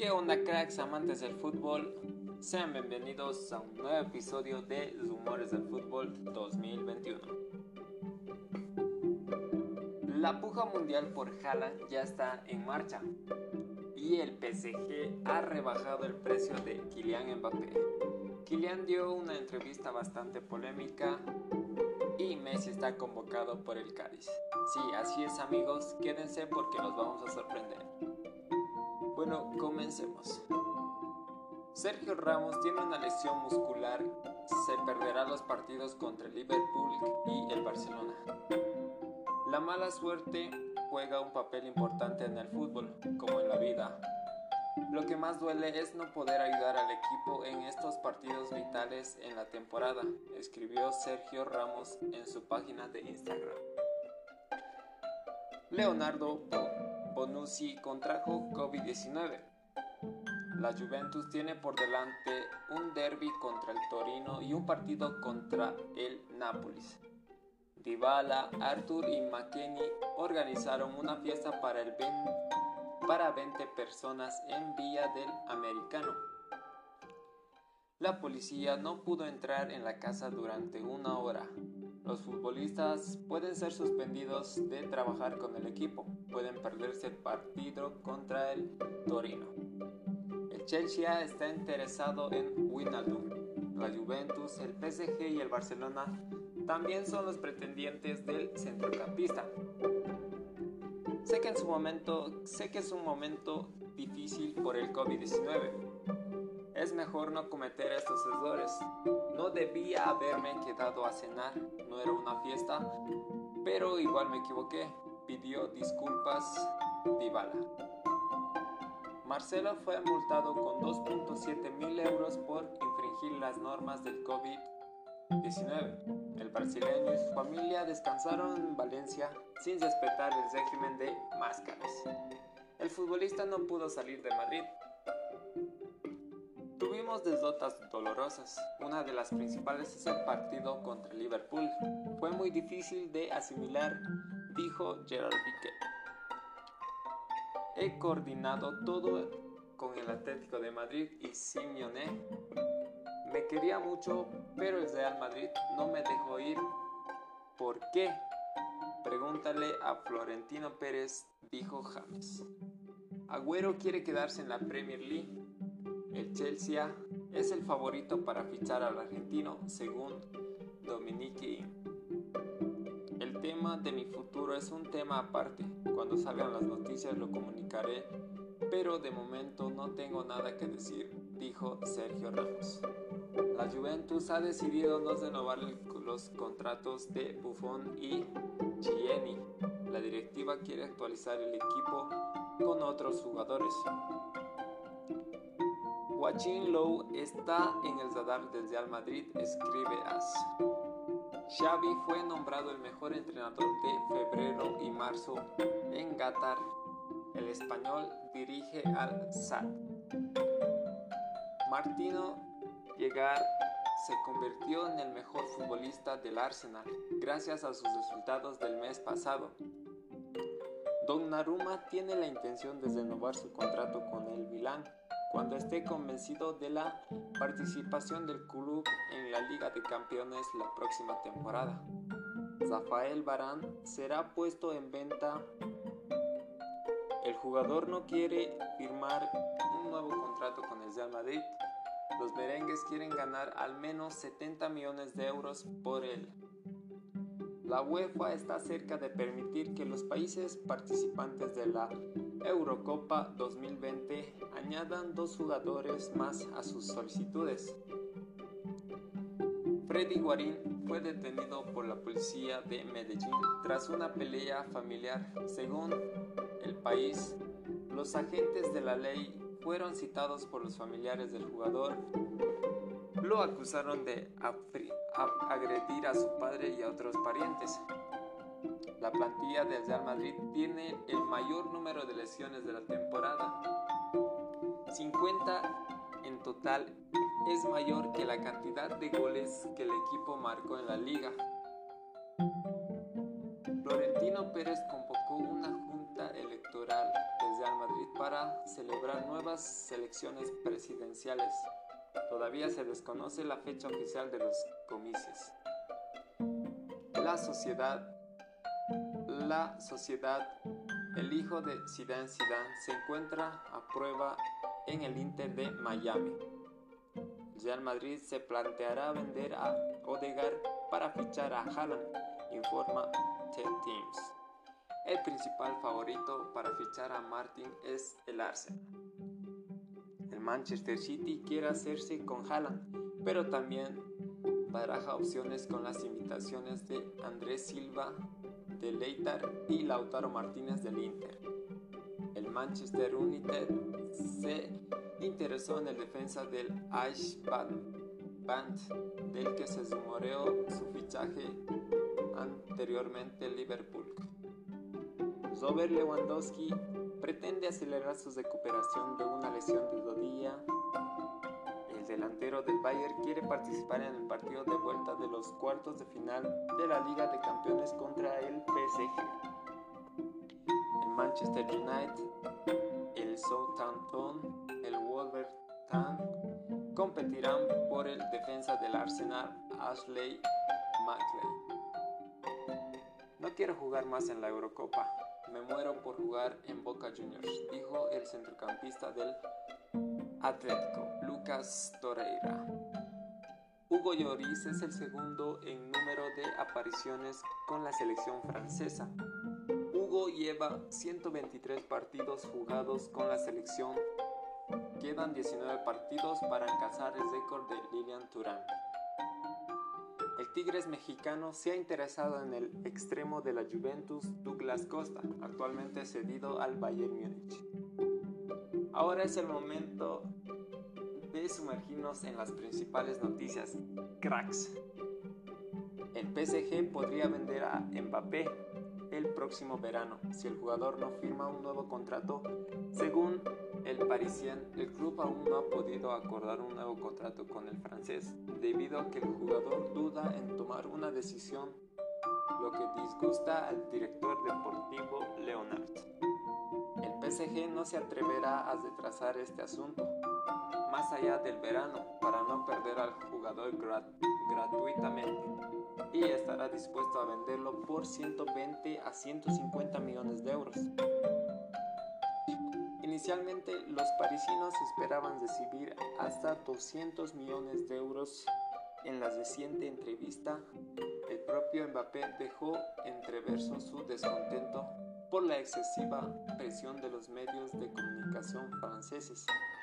¿Qué onda, cracks amantes del fútbol? Sean bienvenidos a un nuevo episodio de Rumores del Fútbol 2021. La puja mundial por Haaland ya está en marcha y el PSG ha rebajado el precio de Kylian Mbappé. Kylian dio una entrevista bastante polémica y Messi está convocado por el Cádiz. Sí, así es, amigos, quédense porque los vamos a sorprender. Bueno, comencemos. Sergio Ramos tiene una lesión muscular, se perderá los partidos contra el Liverpool y el Barcelona. La mala suerte juega un papel importante en el fútbol, como en la vida. Lo que más duele es no poder ayudar al equipo en estos partidos vitales en la temporada, escribió Sergio Ramos en su página de Instagram. Leonardo Bonucci contrajo COVID-19. La Juventus tiene por delante un derbi contra el Torino y un partido contra el Nápoles. Dybala, Arthur y McKennie organizaron una fiesta para 20 personas en Villa del Americano. La policía no pudo entrar en la casa durante una hora. Los futbolistas pueden ser suspendidos de trabajar con el equipo, pueden perderse el partido contra el Torino. El Chelsea está interesado en Wijnaldum. La Juventus, el PSG y el Barcelona también son los pretendientes del centrocampista. Sé que es un momento difícil por el COVID-19. Es mejor no cometer estos errores. No debía haberme quedado a cenar, no era una fiesta, pero igual me equivoqué, pidió disculpas Dybala. Marcelo fue multado con 2.7 mil euros por infringir las normas del COVID-19. El brasileño y su familia descansaron en Valencia sin respetar el régimen de máscaras. El futbolista no pudo salir de Madrid. Tuvimos derrotas dolorosas. Una de las principales es el partido contra el Liverpool. Fue muy difícil de asimilar, dijo Gerard Piqué. He coordinado todo con el Atlético de Madrid y Simeone. Me quería mucho, pero el Real Madrid no me dejó ir. ¿Por qué? Pregúntale a Florentino Pérez, dijo James. Agüero quiere quedarse en la Premier League. El Chelsea es el favorito para fichar al argentino, según Dominique. El tema de mi futuro es un tema aparte. Cuando salgan las noticias lo comunicaré, pero de momento no tengo nada que decir, dijo Sergio Ramos. La Juventus ha decidido no renovar los contratos de Buffon y Chiellini. La directiva quiere actualizar el equipo con otros jugadores. Joachim Low está en el radar del Real Madrid, escribe AS. Xavi fue nombrado el mejor entrenador de febrero y marzo en Qatar. El español dirige al SAD. Martino Llegar se convirtió en el mejor futbolista del Arsenal gracias a sus resultados del mes pasado. Donnarumma tiene la intención de renovar su contrato con el Milan cuando esté convencido de la participación del club en la Liga de Campeones la próxima temporada. Rafael Varane será puesto en venta. El jugador no quiere firmar un nuevo contrato con el Real Madrid. Los merengues quieren ganar al menos 70 millones de euros por él. La UEFA está cerca de permitir que los países participantes de la Eurocopa 2020 añadan 2 jugadores más a sus solicitudes. Freddy Guarín fue detenido por la policía de Medellín tras una pelea familiar. Según El País, los agentes de la ley fueron citados por los familiares del jugador. Lo acusaron de agredir a su padre y a otros parientes. La plantilla del Real Madrid tiene el mayor número de lesiones de la temporada. 50 en total, es mayor que la cantidad de goles que el equipo marcó en la liga. Florentino Pérez convocó una junta electoral del Real Madrid para para celebrar nuevas elecciones presidenciales. Todavía se desconoce la fecha oficial de los comicios. La sociedad, el hijo de Zinedine Zidane se encuentra a prueba en el Inter de Miami. El Real Madrid se planteará vender a Odegaard para fichar a Haaland, informa The Times. El principal favorito para fichar a Martin es el Arsenal. El Manchester City quiere hacerse con Haaland, pero también baraja opciones con las invitaciones de Andrés Silva del Leicester y Lautaro Martínez del Inter. El Manchester United se interesó en el defensa del Band, del que se rumoreó su fichaje anteriormente en Liverpool. Robert Lewandowski pretende acelerar su recuperación de una lesión de rodilla. El delantero del Bayern quiere participar en el partido de vuelta de los cuartos de final de la Liga de Campeones contra el PSG. El Manchester United, el Southampton, el Wolverhampton competirán por el defensa del Arsenal, Ashley Mackey. No quiero jugar más en la Eurocopa. Me muero por jugar en Boca Juniors, dijo el centrocampista del Atlético, Lucas Torreira. Hugo Lloris es el segundo en número de apariciones con la selección francesa. Hugo lleva 123 partidos jugados con la selección. Quedan 19 partidos para alcanzar el récord de Lilian Thuram. El Tigres mexicano se ha interesado en el extremo de la Juventus, Douglas Costa, actualmente cedido al Bayern Múnich. Ahora es el momento de sumergirnos en las principales noticias, cracks. El PSG podría vender a Mbappé el próximo verano si el jugador no firma un nuevo contrato. Según el Parisien, el club aún no ha podido acordar un nuevo contrato con el francés debido a que el jugador duda en tomar una decisión, lo que disgusta al director deportivo Leonard. El PSG no se atreverá a retrasar este asunto más allá del verano para no perder al jugador gratuitamente y estará dispuesto a venderlo por 120 a 150 millones de euros. Inicialmente, los parisinos esperaban recibir hasta 200 millones de euros. En la reciente entrevista, el propio Mbappé dejó entreverso su descontento por la excesiva presión de los medios de comunicación franceses.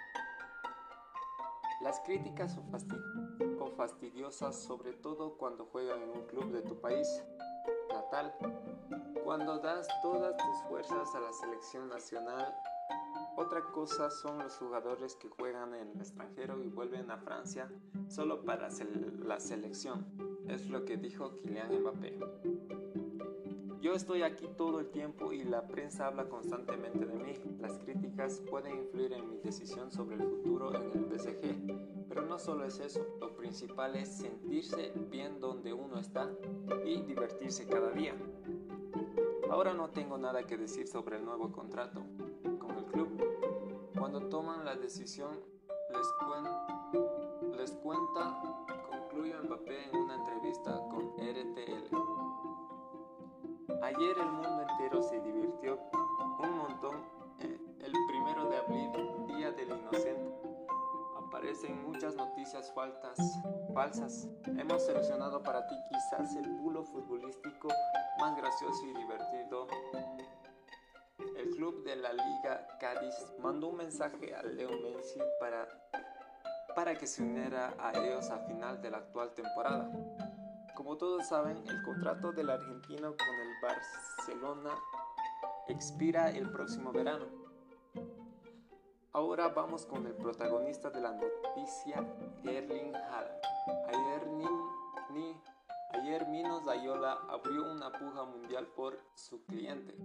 Las críticas son fastidiosas, sobre todo cuando juegan en un club de tu país natal. Cuando das todas tus fuerzas a la selección nacional, otra cosa son los jugadores que juegan en el extranjero y vuelven a Francia solo para la selección. Es lo que dijo Kylian Mbappé. Yo estoy aquí todo el tiempo y la prensa habla constantemente de mí. Las críticas pueden influir en mi decisión sobre el futuro en el PSG, pero no solo es eso. Lo principal es sentirse bien donde uno está y divertirse cada día. Ahora no tengo nada que decir sobre el nuevo contrato con el club. Cuando toman la decisión, les cuenta, concluyó Mbappé en una entrevista con RTL. Ayer el mundo entero se divirtió un montón. El 1 de abril, Día del Inocente, aparecen muchas noticias falsas. Hemos seleccionado para ti quizás el bulo futbolístico más gracioso y divertido. El club de la Liga Cádiz mandó un mensaje a Leo Messi para que se uniera a ellos a final de la actual temporada. Como todos saben, el contrato del argentino con el Barcelona expira el próximo verano. Ahora vamos con el protagonista de la noticia, Erling Haaland. Ayer Mino Raiola abrió una puja mundial por su cliente.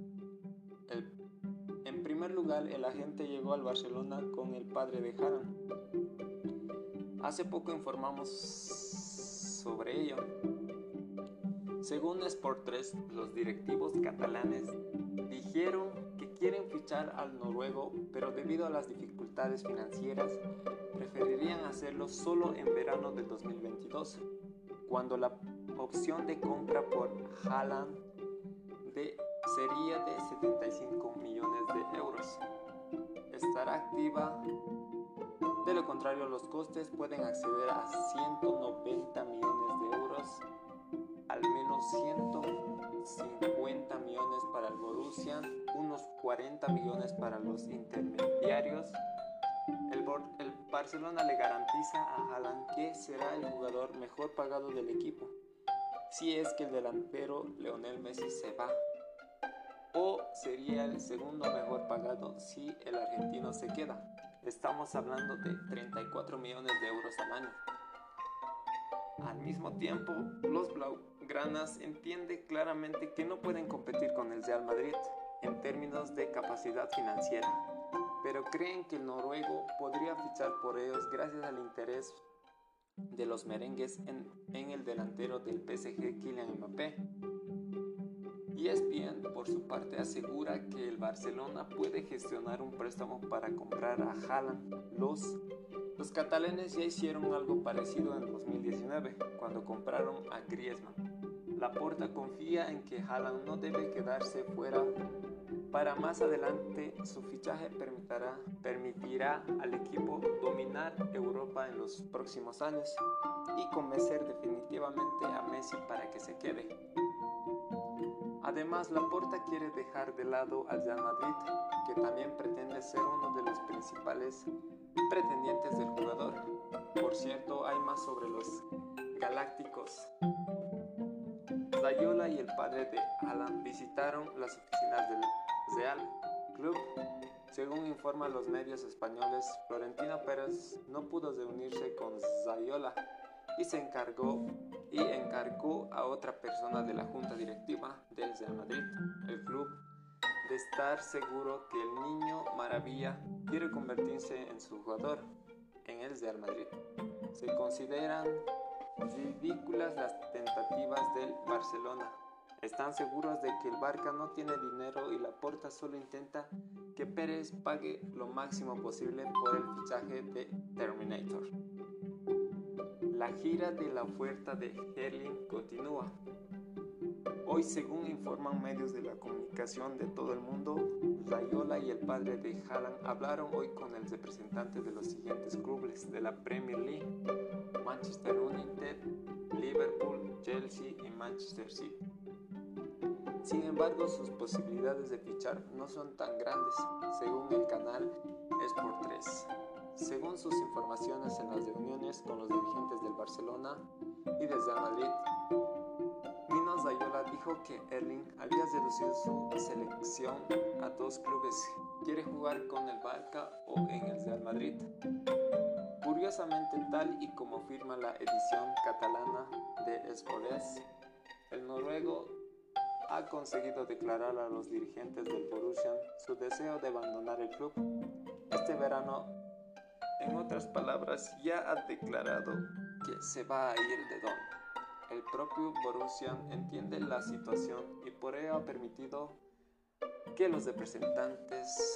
En primer lugar, el agente llegó al Barcelona con el padre de Haaland. Hace poco informamos sobre ello. Según Sport 3, los directivos catalanes dijeron que quieren quieren fichar al noruego, pero debido a las dificultades financieras, preferirían hacerlo solo en verano del 2022, cuando la opción de compra por Haaland sería de 75 millones de euros. Estará activa. De lo contrario, los costes pueden acceder a 190 millones de euros, al menos 150 millones para el Borussia, unos 40 millones para los intermediarios. El Barcelona le garantiza a Haaland que será el jugador mejor pagado del equipo, si es que el delantero Lionel Messi se va, o sería el segundo mejor pagado si el argentino se queda. Estamos hablando de 34 millones de euros al año. Al mismo tiempo, los blaugranas entienden claramente que no pueden competir con el Real Madrid en términos de capacidad financiera, pero creen que el noruego podría fichar por ellos gracias al interés de los merengues en el delantero del PSG, Kylian Mbappé. ESPN, por su parte, asegura que el Barcelona puede gestionar un préstamo para comprar a Haaland. Los catalanes ya hicieron algo parecido en 2019, cuando compraron a Griezmann. Laporta confía en que Haaland no debe quedarse fuera. Para más adelante, su fichaje permitirá al equipo dominar Europa en los próximos años y convencer definitivamente a Messi para que se quede. Además, Laporta quiere dejar de lado al Real Madrid, que también pretende ser uno de los principales pretendientes del jugador. Por cierto, hay más sobre los galácticos. Zayola y el padre de Haaland visitaron las oficinas del Real Club. Según informan los medios españoles, Florentino Pérez no pudo reunirse con Zayola y encargó a otra persona de la junta directiva del Real Madrid, el club, de estar seguro que el niño maravilla quiere convertirse en su jugador en el Real Madrid. Se consideran ridículas las tentativas del Barcelona. Están seguros de que el Barça no tiene dinero y Laporta solo intenta que Pérez pague lo máximo posible por el fichaje de Terminator. La gira de la oferta de Erling continúa. Hoy, según informan medios de la comunicación de todo el mundo, Zayola y el padre de Haaland hablaron hoy con el representante de los siguientes clubes de la Premier League: Manchester United, Liverpool, Chelsea y Manchester City. Sin embargo, sus posibilidades de fichar no son tan grandes, según el canal Sport 3. Según sus informaciones en las reuniones con los dirigentes del Barcelona y del Real Madrid, Mino Zayola dijo que Erling había reducido su selección a 2 clubes. Quiere jugar con el Barça o en el Real Madrid. Curiosamente, tal y como afirma la edición catalana de Sports, el noruego ha conseguido declarar a los dirigentes del Borussia su deseo de abandonar el club este verano. En otras palabras, ya ha declarado que se va a ir de Don. El propio Borussia entiende la situación y por ello ha permitido que los representantes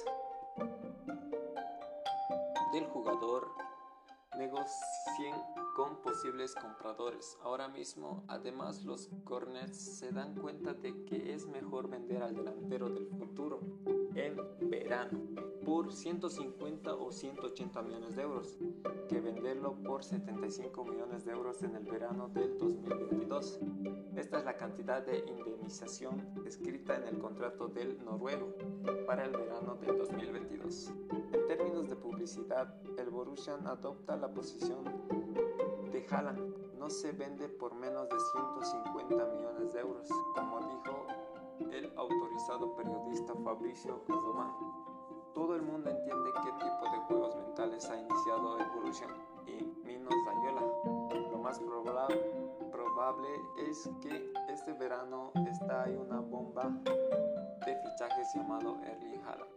del jugador negocien con posibles compradores. Ahora mismo, además, los Cornets se dan cuenta de que es mejor vender al delantero del futuro en verano por 150 o 180 millones de euros que venderlo por 75 millones de euros en el verano del 2022. Esta es la cantidad de indemnización escrita en el contrato del noruego para el verano del 2022. En términos de publicidad, el Borussia adopta la posición de Haaland. No se vende por menos de 150 millones de euros, como dijo el autorizado periodista Fabrizio Román. Todo el mundo entiende qué tipo de juegos mentales ha iniciado el Borussia y Mino Zayola. Lo más probable es que este verano hay una bomba de fichajes llamado Erling Haaland.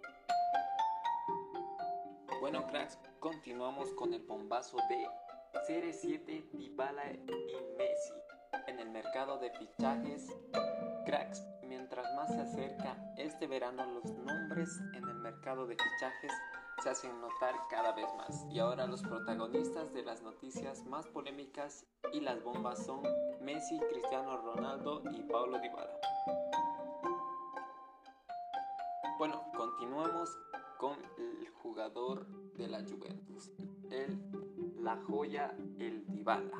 Bueno, cracks, continuamos con el bombazo de CR7, Dybala y Messi en el mercado de fichajes. Cracks, mientras más más se acerca este verano, los nombres en el mercado de fichajes se hacen notar cada vez más. Y ahora los protagonistas de las noticias más polémicas y las bombas son Messi, Cristiano Ronaldo y Paulo Dybala. Bueno, continuamos con el jugador de la Juventus, la joya, el Dybala.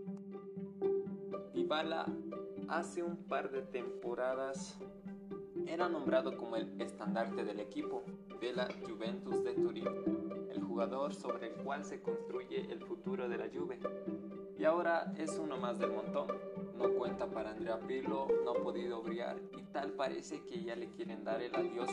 Dybala hace un par de temporadas era nombrado como el estandarte del equipo de la Juventus de Turín, el jugador sobre el cual se construye el futuro de la Juve. Y ahora es uno más del montón. No cuenta para Andrea Pirlo, no ha podido brillar y tal parece que ya le quieren dar el adiós.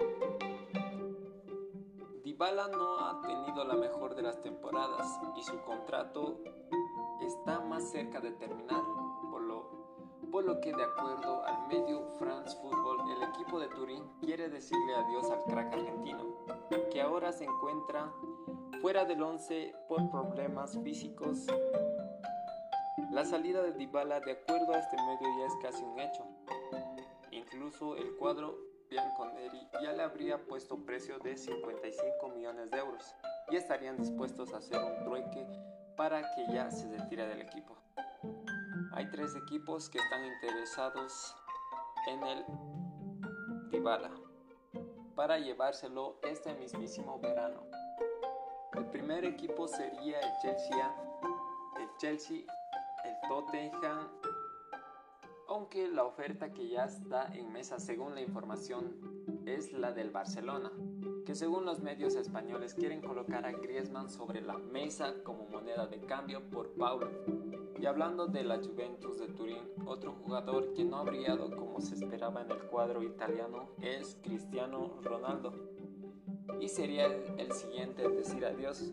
Dybala no ha tenido la mejor de las temporadas y su contrato está más cerca de terminar, por lo que de acuerdo al medio France Football, el equipo de Turín quiere decirle adiós al crack argentino, que ahora se encuentra fuera del 11 por problemas físicos. La salida de Dybala, de acuerdo a este medio, ya es casi un hecho. Incluso el cuadro bianconeri ya le habría puesto precio de 55 millones de euros y estarían dispuestos a hacer un trueque para que ya se retire del equipo. Hay 3 equipos que están interesados en el Dybala para llevárselo este mismísimo verano. El primer equipo sería el Chelsea, el Tottenham, aunque la oferta que ya está en mesa según la información es la del Barcelona, que según los medios españoles quieren colocar a Griezmann sobre la mesa como moneda de cambio por Paulo. Y hablando de la Juventus de Turín, otro jugador que no ha brillado como se esperaba en el cuadro italiano es Cristiano Ronaldo, y sería el siguiente en decir adiós.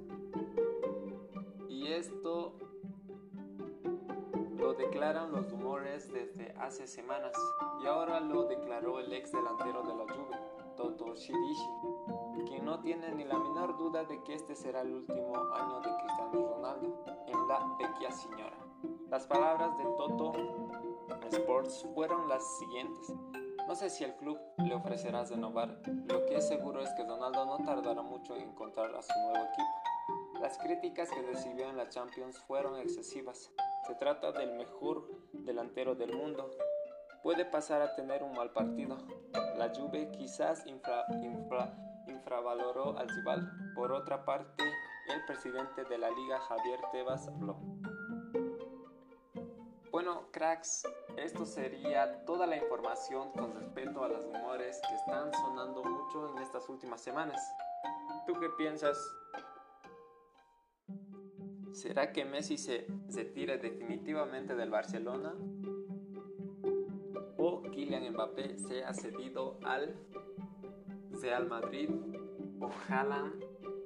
Y esto lo declaran los rumores desde hace semanas, y ahora lo declaró el ex delantero de la Juve, Toto Shirishi, quien no tiene ni la menor duda de que este será el último año de Cristiano Ronaldo en la vecchia signora. Las palabras de Toto Sports fueron las siguientes: no sé si el club le ofrecerá renovar, lo que es seguro es que Ronaldo no tardará mucho en encontrar a su nuevo equipo. Las críticas que recibió en la Champions fueron excesivas. Se trata del mejor delantero del mundo. Puede pasar a tener un mal partido. La Juve quizás infravaloró al rival. Por otra parte, el presidente de la liga, Javier Tebas, habló. Bueno, cracks, esto sería toda la información con respecto a los rumores que están sonando mucho en estas últimas semanas. ¿Tú qué piensas? ¿Será que Messi se retire definitivamente del Barcelona? ¿O Kylian Mbappé sea cedido al Real Madrid o Haaland?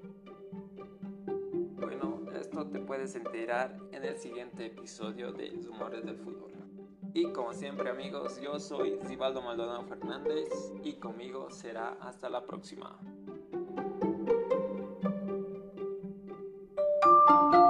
Bueno, esto te puedes enterar en el siguiente episodio de Rumores del Fútbol. Y como siempre, amigos, yo soy Rivaldo Maldonado Fernández y conmigo será hasta la próxima.